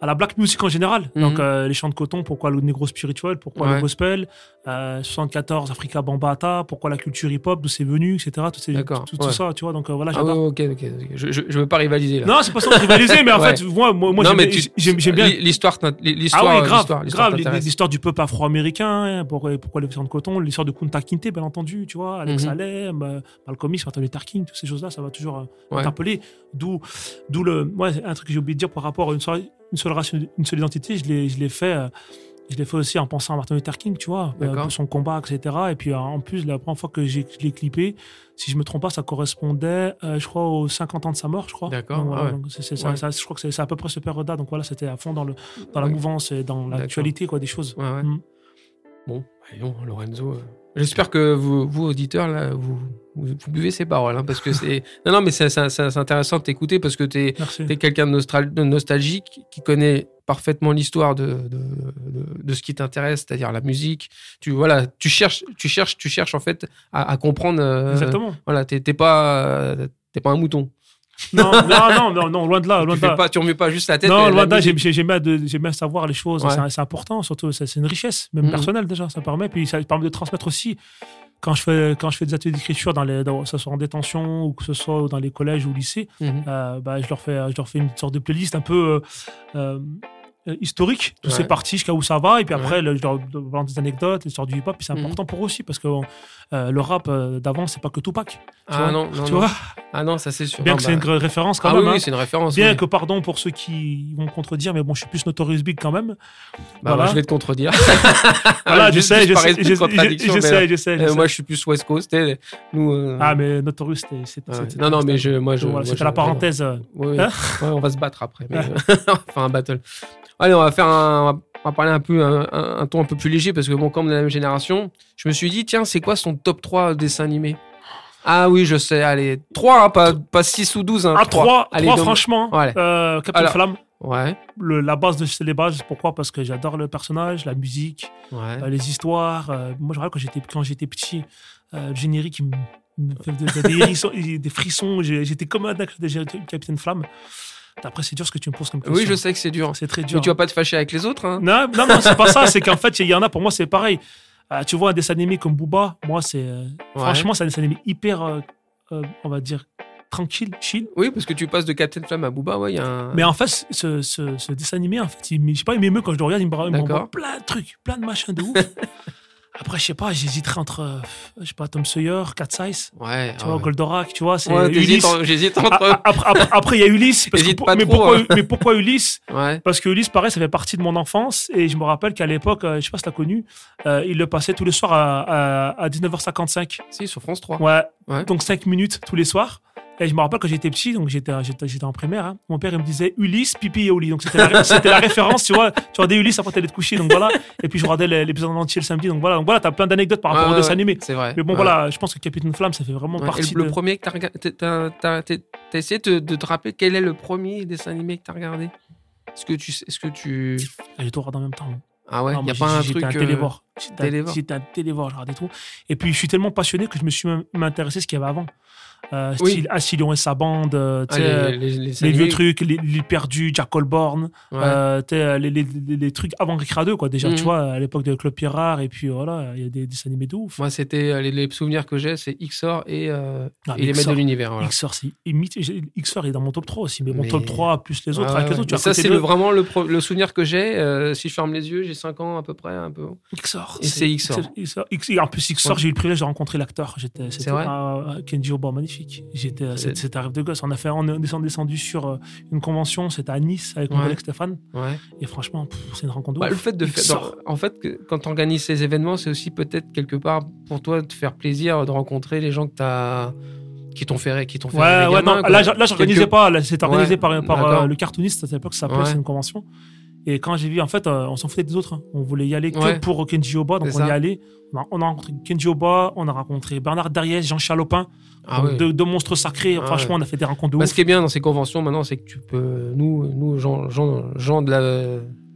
à la black music en général. Mhm. Donc, euh, les chants de coton, pourquoi le negro spirituel, pourquoi Ouais. le gospel, euh, soixante-quatorze, Africa Bambaataa, pourquoi la culture hip-hop, d'où c'est venu, et cetera. Tout, ces, D'accord, tout, tout ouais. ça, tu vois. Donc, euh, voilà, Ah ouais, j'adore. ok, ok. ok. Je, je, je veux pas rivaliser là. Non, c'est pas ça de rivaliser, mais en Ouais. fait, moi, moi, moi non, j'aime, mais bien- tu- j'aime, j'aime bien. l'histoire, l'histoire, Ah oui, grave, l'histoire, l'histoire grave, t'intéresse. l'histoire du peuple afro-américain, hein, pourquoi, pourquoi les chants de coton, l'histoire de Kunta Kinte, bien entendu, tu vois, Alex Mhm. Salem, euh, Malcolm X, Martin Luther King, toutes ces choses-là, ça va toujours euh, Ouais. m'interpeller. D'où, d'où le, moi, un truc que j'ai oublié de dire par rapport à une seule, une seule race, une seule identité, je l'ai, je l'ai fait, euh, je l'ai fait aussi en pensant à Martin Luther King, tu vois, euh, D'accord. son combat, et cetera. Et puis, euh, en plus, la première fois que j'ai, je l'ai clippé, si je me trompe pas, ça correspondait, euh, je crois, aux cinquante ans de sa mort, je crois. D'accord, Donc, voilà, ah ouais. donc c'est, c'est ça, Ouais. ça, je crois que c'est, c'est à peu près ce période-là. Donc voilà, c'était à fond dans le, dans la Ouais. mouvance et dans l'actualité, quoi, des choses. Ouais, ouais. Mm. Bon, voyons, Lorenzo. euh, J'espère que vous, vous auditeurs, là, vous, vous, vous buvez ces paroles, hein, parce que c'est. Non, non, mais c'est, c'est, c'est intéressant de t'écouter parce que t'es, Merci. t'es quelqu'un de, nostal- de nostalgique qui connaît parfaitement l'histoire de, de, de, de ce qui t'intéresse, c'est-à-dire la musique. Tu voilà, tu cherches, tu cherches, tu cherches en fait à, à comprendre. euh, Exactement. Voilà, t'es, t'es pas, euh, t'es pas un mouton. Non, non, non, non, non, loin de là, loin Tu de fais là. pas, tu remues pas juste la tête. Non, et la loin de là, musique. j'ai- j'ai- j'aime bien, de- j'aime bien savoir les choses. Ouais. C'est, c'est important, surtout, c'est, c'est une richesse, même Mhm. personnelle déjà. Ça permet, puis ça permet de transmettre aussi. Quand je fais, quand je fais des ateliers d'écriture, dans les, dans, que ce soit en détention ou que ce soit dans les collèges ou lycées, Mhm. euh, bah, je, leur fais, je leur fais une sorte de playlist un peu euh, euh, euh, historique. Tous Ouais. ces parties, jusqu'à où ça va. Et puis Ouais. après, le, je leur donne des anecdotes, l'histoire du hip-hop. Puis c'est Mhm. important pour eux aussi parce que euh, le rap euh, d'avant, c'est pas que Tupac. Tu Ah vois, non, non, tu non. vois, Ah non, ça c'est sûr. bien Non, que bah- c'est une grande référence quand Ah même. oui, hein. oui, c'est une référence. Bien oui. que, pardon pour ceux qui vont me contredire, mais bon, je suis plus Notorious Big quand même. Bah, voilà. moi, je vais te contredire. Voilà, je Juste- sais, juste je par sais, esprit je de sais, contradiction, je mais, sais, je sais, je Euh, sais. moi, je suis plus West Coast. et Nous. euh, Ah, mais Notorious, c'était. c'était- ouais. c'était- Non, non, mais c'était- je, moi, je. voilà, moi, c'était je- la parenthèse. euh, Oui, oui. Hein Ouais, on va se battre après. Mais, euh, on va faire un battle. Allez, on va faire un. On va parler un peu un, un- un ton un peu plus léger parce que bon, comme on est de la même génération, je me suis dit tiens, c'est quoi son top trois dessins animés? Ah oui, je sais. Allez, trois, hein, pas pas six ou douze. Hein, Ah, trois, Allez, trois donc- franchement. Ouais. Euh, Captain Alors- Flamme, Ouais. le- la base de c'est les bases. Pourquoi? Parce que j'adore le personnage, la musique, Ouais. euh, les histoires. Euh, moi, je me rappelle quand j'étais, quand j'étais petit, euh, le générique, il me, il me fait des, des hérissons- des frissons. J'ai- J'étais comme un dingue de Captain Flamme. Après, c'est dur ce que tu me poses comme question. Oui, je sais que c'est dur. C'est très Mais dur. tu vas pas te fâcher avec les autres. Hein. Non, non, non, c'est pas ça. C'est qu'en fait, il y en a, pour moi, c'est pareil. Euh, tu vois, un dessin animé comme Booba, moi, c'est. euh, Ouais. Franchement, c'est un dessin animé hyper, euh, euh, on va dire, tranquille, chill. Oui, parce que tu passes de Captain Flamme à Booba, ouais, il y a un. Mais en fait, ce, ce, ce dessin animé, en fait, il, je sais pas, il m'émeut quand je le regarde, il me il m'envoie D'accord. plein de trucs, plein de machins de ouf. Après, je sais pas, j'hésiterais entre, euh, je sais pas, Tom Sawyer, Cat Size, Ouais. tu ah vois, ouais. Goldorak, tu vois, c'est Ouais, t'hésites Ulysse. en- J'hésite entre. Ah, ah, Après, après, après, il y a Ulysse. Parce que Hésite pour- pas mais, trop, pourquoi, hein. mais pourquoi Ulysse? Ouais. Parce que Ulysse, pareil, ça fait partie de mon enfance. Et je me rappelle qu'à l'époque, euh, je sais pas si t'as connu, euh, il le passait tous les soirs à, à, à dix-neuf heures cinquante-cinq. Si, sur France trois. Ouais. Ouais. Donc cinq minutes tous les soirs. Et je me rappelle quand j'étais petit, donc j'étais, j'étais, j'étais en primaire, hein, mon père il me disait Ulysse, pipi et au lit. Donc c'était la, c'était la référence, tu vois. Tu regardais Ulysse après t'allais te coucher, donc voilà. Et puis je regardais l'épisode en entier le samedi, donc voilà. Donc voilà, t'as plein d'anecdotes par rapport Ouais, au dessin ouais, animé. C'est vrai. Mais bon, Ouais. voilà, je pense que Captain Flamme, ça fait vraiment Ouais, et partie le, de. le premier que t'as regardé, t'as, t'as, t'as- t'as- t'as essayé de, de te rappeler quel est le premier dessin animé que t'as regardé? Est-ce que tu, est-ce que tu, Ah, j'ai tout regardé en même temps. ah ouais, Ah, y moi, a pas un j'étais truc. un euh, télévore. J'étais un- télévore. J'étais un télévore, je regardais tout. Et puis je suis tellement passionné que je me suis même intéressé à ce qu'il y avait avant. Euh, Oui. Style Asilion et sa bande, euh, tu ah, sais, euh, les, les, les dessins les vieux animés, trucs, les, les perdus, Jack Colborn, ouais. euh, tu sais, les, les, les, les trucs avant Recra deux, quoi, déjà, Mhm. tu vois, à l'époque de Club Pierrard, et puis voilà, il y a des dessins animés de ouf. Moi, c'était euh, les, les souvenirs que j'ai, c'est Xor et, euh, Ah, et les Xor. maîtres de l'univers. Voilà. Xor, c'est imité- j'ai- Xor est dans mon top trois aussi, mais mon Mais- top trois plus les autres, Ouais, avec les ouais. autres, tu Mais as ça, côté c'est d'eux. le, vraiment le, pro- le souvenir que j'ai. euh, si je ferme les yeux, j'ai cinq ans à peu près, un peu. Xor. Et c'est Xor. Xor. X- En plus, Xor, Ouais. j'ai eu le privilège de rencontrer l'acteur. J'étais, c'était vrai un- un Kenji Oba magnifique. J'étais, C'est- c'était, c'était un rêve de gosse. On a fait, on est descendu, descendu sur euh, une convention, c'était à Nice avec mon Ouais. collègue Stéphane. Ouais. Et franchement, pff, c'est une rencontre de Bah, ouf. le fait de faire, Xor. dans- en fait, que, quand tu organises ces événements, c'est aussi peut-être quelque part pour toi de faire plaisir de rencontrer les gens que t'as, qui t'ont fait, qui t'ont fait Ouais, rêver ouais, gamin, non, quoi. là, je- là, j'organisais Quelque- pas. Là, c'était organisé Ouais, par, par d'accord. euh, le cartooniste, à cette époque, ça s'appelait, Ouais. c'est une convention. Et quand j'ai vu, en fait, euh, on s'en foutait des autres. hein. On voulait y aller que Ouais. pour Kenji Oba, donc C'est on y ça. est allé. On a, on a rencontré Kenji Oba, on a rencontré Bernard Dariès, Jean Chalopin, Ah donc ouais. deux, deux monstres sacrés. Ah Franchement, on a fait des rencontres de Bah, ouf. ce qui est bien dans ces conventions maintenant, c'est que tu peux, nous, nous gens, gens, gens de la,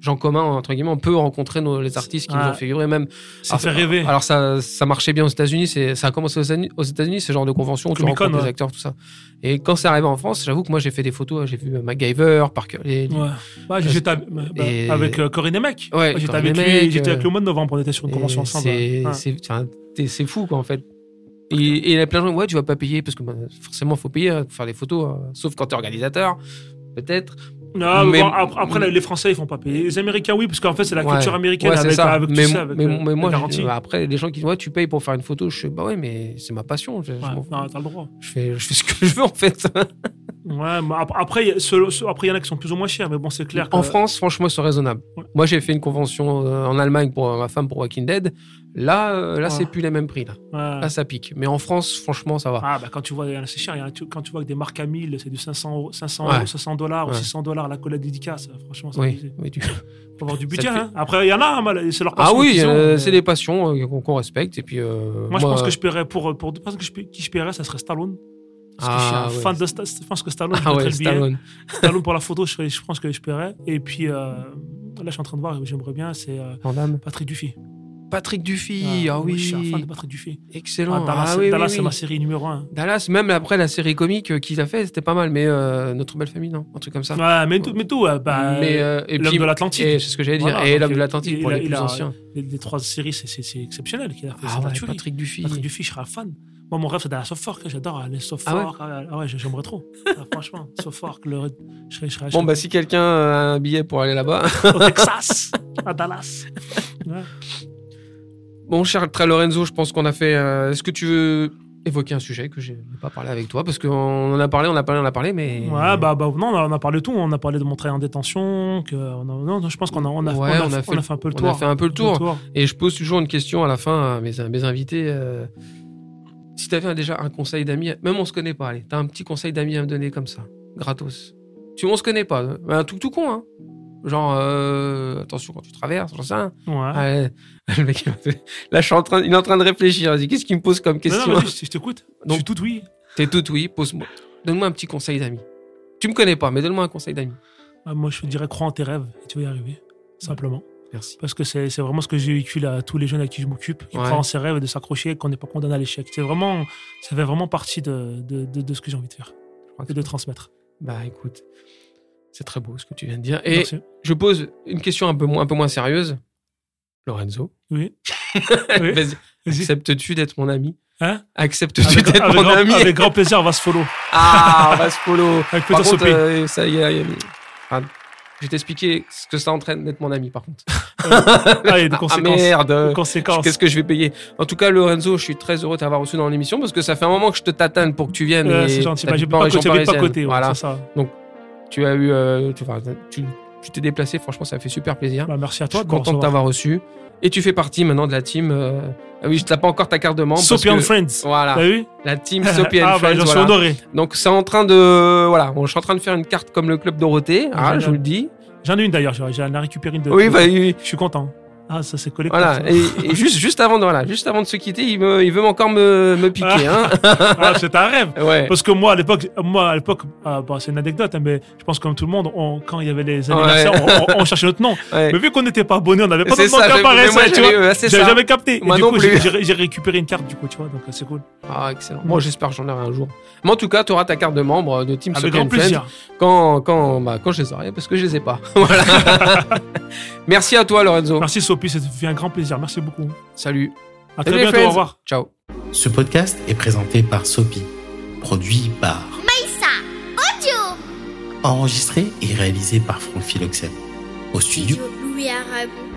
gens communs, entre guillemets, on peut rencontrer nos, les artistes qui Ouais. nous ont figuré, même. Ça fait rêver. Alors, ça, ça marchait bien aux États-Unis, c'est, ça a commencé aux États-Unis, aux États-Unis, ce genre de convention où tu Comic-Con, rencontres ouais. des acteurs, tout ça. Et quand c'est arrivé en France, j'avoue que moi, j'ai fait des photos, j'ai vu MacGyver, Parker, les, Ouais. Bah, j'étais avec, bah, Et- avec euh, Corinne et Mec. Ouais, Moi, j'étais Corinne avec et lui, Mec, j'étais avec euh, lui au mois de novembre, on était sur une convention et ensemble. C'est, Ouais. c'est, enfin, t'es- c'est fou, quoi, en fait. Et et il y a plein de gens, ouais, tu vas pas payer, parce que bah, forcément, il faut payer hein, pour faire des photos, hein, sauf quand t'es organisateur, peut-être. Non, Mais- bon, après, après, les Français, ils font pas payer. Les Américains, oui, parce qu'en fait, c'est la Ouais. culture américaine Ouais, c'est avec, ça. avec, tu mais, sais, avec, mais, euh, mais moi, la je- garantie. après, les gens qui disent, ouais, tu payes pour faire une photo, je fais, bah ouais, mais c'est ma passion. Je, je Ouais, m'en fous. non, t'as le droit. Je fais, je fais ce que je veux, en fait. Ouais, mais ap- après, il y a- ceux- ceux- après, il y en a qui sont plus ou moins chers, mais bon, c'est clair. En que- France, franchement, c'est raisonnable. Ouais. Moi, j'ai fait une convention euh, en Allemagne pour euh, ma femme pour Walking Dead. Là, euh, là, Ouais. c'est plus les mêmes prix. Là. Ouais. là, ça pique. Mais en France, franchement, ça va. Ah, bah, quand tu vois, il y en a, c'est cher. Il y en a- tu- quand tu vois que des marques à mille, c'est du cinq cents euros, cinq cents Ouais. euros, cinq cents dollars ou Ouais. six cents dollars la collègue dédicace. Franchement, ça Oui, fait- oui, tu- faut avoir du budget. Ça te fait- Hein. Après, il y en a, hein, mal- c'est leur Ah passion oui, qu'ils ont, euh, mais- c'est des passions euh, qu'on, qu'on respecte. Et puis, euh, Moi, je pense que je paierais pour, pour deux personnes que je, paie- qui je paierais, ça serait Stallone. Parce que je suis Ah, un ouais. fan de Sta- je pense que Stallone, je Ah mettrais ouais, le billet. Stallone. Stallone pour la photo, je, serais- je pense que je paierais. Et puis, euh, là, je suis en train de voir, j'aimerais bien, c'est euh, Van Damme. Patrick Dufy. Patrick Dufy, ah, moi, oui. Je suis un fan de Patrick Dufy. Excellent. Ah, Dallas, Ah oui, Dallas, oui, c'est oui. ma série numéro un. Dallas, même après la série comique euh, qu'il a fait, c'était pas mal. Mais euh, Notre Belle Famille, non, un truc comme ça. Ouais, mais tout, mais tout ouais, bah, mais euh, et l'homme puis- de l'Atlantique. et c'est ce que j'allais dire. Voilà, et donc, l'homme de il- l'Atlantique pour il a- les il plus a- anciens. Les, les trois séries, c'est, c'est, c'est exceptionnel qu'il a fait. Ah c'est ouais, la tuerie. Patrick Dufy. Patrick Dufy, je serais un fan. Moi, mon rêve, c'est d'aller à Suffolk. J'adore aller à Suffolk. Ah ouais Ah ouais, ah ouais, j'aimerais trop. Ah, franchement, Suffolk, le... je serais, je serais, je Bon, serais bah si quelqu'un a un billet pour aller là-bas. au Texas, à Dallas. Ouais. Bon, cher Tra Lorenzo, je pense qu'on a fait. euh, Est-ce que tu veux évoquer un sujet que je n'ai pas parlé avec toi? Parce qu'on en a parlé, on a parlé, on a parlé, mais. Ouais, bah, bah non, on a, on a parlé de tout. On a parlé de mon travail en détention. Que on a, non, je pense qu'on a, on a, Ouais, on a, on a on fait a fait un peu le on tour. a fait un peu le tour. Et je pose toujours une question à la fin à mes, à mes invités. euh, Si tu avais déjà un conseil d'amis, même on se connaît pas, allez, tu as un petit conseil d'amis à me donner comme ça, gratos. Tu on se connaît pas, hein. Un truc tout con, hein. Genre, euh, attention quand tu traverses, j'en sais rien. Ouais. Ouais, le mec, il va te- là, je suis en train, il est en train de réfléchir. Il dit, qu'est-ce qu'il me pose comme Non, question? non, vas-y, je je t'écoute. Je Donc- suis tout oui. T'es tout oui, pose-moi. Donne-moi un petit conseil d'amis. Tu me connais pas, mais donne-moi un conseil d'amis. Ah, moi, je te dirais, crois en tes rêves et tu vas y arriver. Simplement. Merci. Parce que c'est c'est vraiment ce que j'ai véhicule à tous les jeunes à qui je m'occupe, qui Ouais. croient en ses rêves et de s'accrocher, qu'on n'est pas condamné à l'échec. C'est vraiment, ça fait vraiment partie de, de, de, de ce que j'ai envie de faire Je crois que- et de transmettre. Bah écoute, c'est très beau ce que tu viens de dire. Et Merci. je pose une question un peu moins, un peu moins sérieuse. Lorenzo, Oui. Oui. vas-y, Vas-y. acceptes-tu d'être mon ami? Hein Acceptes-tu avec, d'être avec mon grand, ami? avec grand plaisir, on va se follow. Ah, on va se follow. Avec Par plaisir, contre, Sophie. euh, ça y est, euh, enfin, je vais t'expliquer ce que ça entraîne d'être mon ami, par contre. Ah, il y a des Ah conséquences. merde. Des conséquences. Qu'est-ce que je vais payer? En tout cas, Lorenzo, je suis très heureux de t'avoir reçu dans l'émission parce que ça fait un moment que je te tatane pour que tu viennes. Ouais, et c'est gentil. Bah, t'habites j'habite pas en pas, région côté- j'habite pas à parisienne. côté. ouais, Voilà. c'est ça. Tu as eu, euh, tu, enfin, tu, tu t'es déplacé. Franchement, ça fait super plaisir. Bah, merci à Je toi. suis de me content de recevoir. t'avoir reçu. Et tu fais partie maintenant de la team. euh, Ah oui, je t'ai pas encore ta carte de membre. parce Sophie and que- Friends. Voilà, T'as vu? la team Sophie and Ah, bah, Friends. j'en suis voilà. honoré. Donc c'est en train de, voilà, bon, je suis en train de faire une carte comme le club Dorothée. Ah, Ah, génial. je vous le dis. J'en ai une d'ailleurs. J'ai j'en ai récupéré une de. Oui, bah, oui. Je suis content. Ah, ça c'est collectif. Voilà. ça. Et, et juste, juste avant, de, voilà, juste avant de se quitter, il me, il veut encore me, me piquer, hein. Ah, c'est un rêve. Ouais. Parce que moi, à l'époque, moi, à l'époque, euh, bon, c'est une anecdote, hein, mais je pense comme tout le monde, on- quand il y avait les anniversaires, on, on- on cherchait notre nom. Ouais. Mais vu qu'on n'était pas abonné, on n'avait pas C'est notre nom ça, qui j'avais- apparaissait, mais moi, tu j'avais- vois. ouais, c'est J'avais ça. jamais capté. Moi et du non coup, plus. j'ai- j'ai j'ai récupéré une carte, du coup, tu vois, donc euh, c'est cool. Ah, excellent. Bon, j'espère que j'en aurai un jour. Mais en tout cas, tu auras ta carte de membre de Team Avec Sophie grand and Friends plaisir. quand, quand, bah, quand je les aurai, parce que je les ai pas. Voilà. Merci à toi, Lorenzo. Merci Sophie, ça fait un grand plaisir. Merci beaucoup. Salut. À très Salut, les bientôt, friends. au revoir. Ciao. Ce podcast est présenté par Sopi, produit par, Maïssa Audio. enregistré et réalisé par Franck Philoxène. Au studio, Studio Louis Aragon.